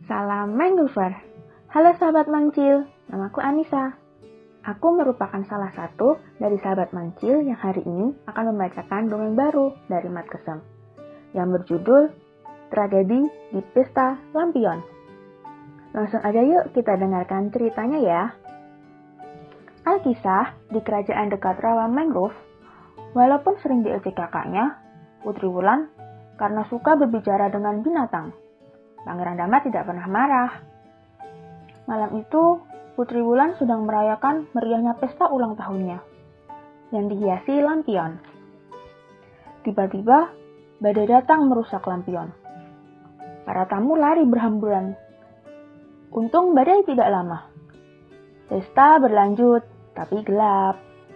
Salam Mangrover. Halo sahabat Mangcil, namaku Anissa. Aku merupakan salah satu dari sahabat Mangcil yang hari ini akan membacakan dongeng baru dari Mat Kesem yang berjudul Tragedi di Pesta Lampion. Langsung aja yuk kita dengarkan ceritanya ya. Alkisah di kerajaan dekat rawa mangrove, walaupun sering diejek kakaknya, Putri Wulan, karena suka berbicara dengan binatang, Pangeran Damar tidak pernah marah. Malam itu, Putri Wulan sedang merayakan meriahnya pesta ulang tahunnya, yang dihiasi lampion. Tiba-tiba, badai datang merusak lampion. Para tamu lari berhamburan. Untung badai tidak lama. Pesta berlanjut, tapi gelap.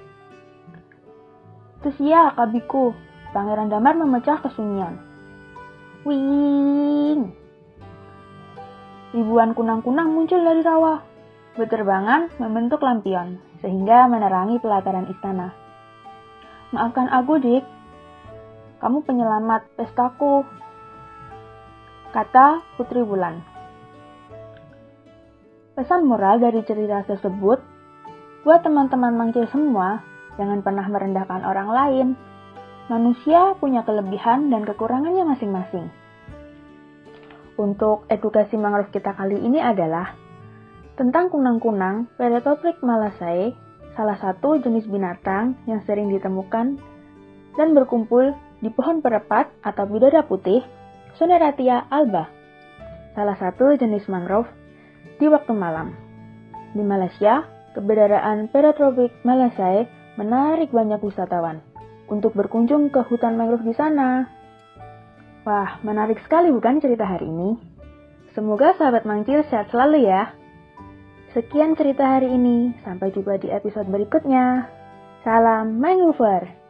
Tusia, kabiku, Pangeran Damar memecah kesunyian. Wing! Ribuan kunang-kunang muncul dari rawa, berterbangan membentuk lampion, sehingga menerangi pelataran istana. Maafkan aku, Dik. Kamu penyelamat pestaku, kata Putri Wulan. Pesan moral dari cerita tersebut, buat teman-teman Mangcil semua, jangan pernah merendahkan orang lain. Manusia punya kelebihan dan kekurangannya masing-masing. Untuk edukasi mangrove kita kali ini adalah tentang kunang-kunang Peretophrix malaceae, salah satu jenis binatang yang sering ditemukan dan berkumpul di pohon perepat atau bidara putih, Soneratia alba, salah satu jenis mangrove di waktu malam. Di Malaysia, keberadaan Peretophrix malaceae menarik banyak wisatawan untuk berkunjung ke hutan mangrove di sana. Wah, menarik sekali bukan cerita hari ini? Semoga sahabat Mangcil sehat selalu ya. Sekian cerita hari ini, sampai jumpa di episode berikutnya. Salam Mangrover!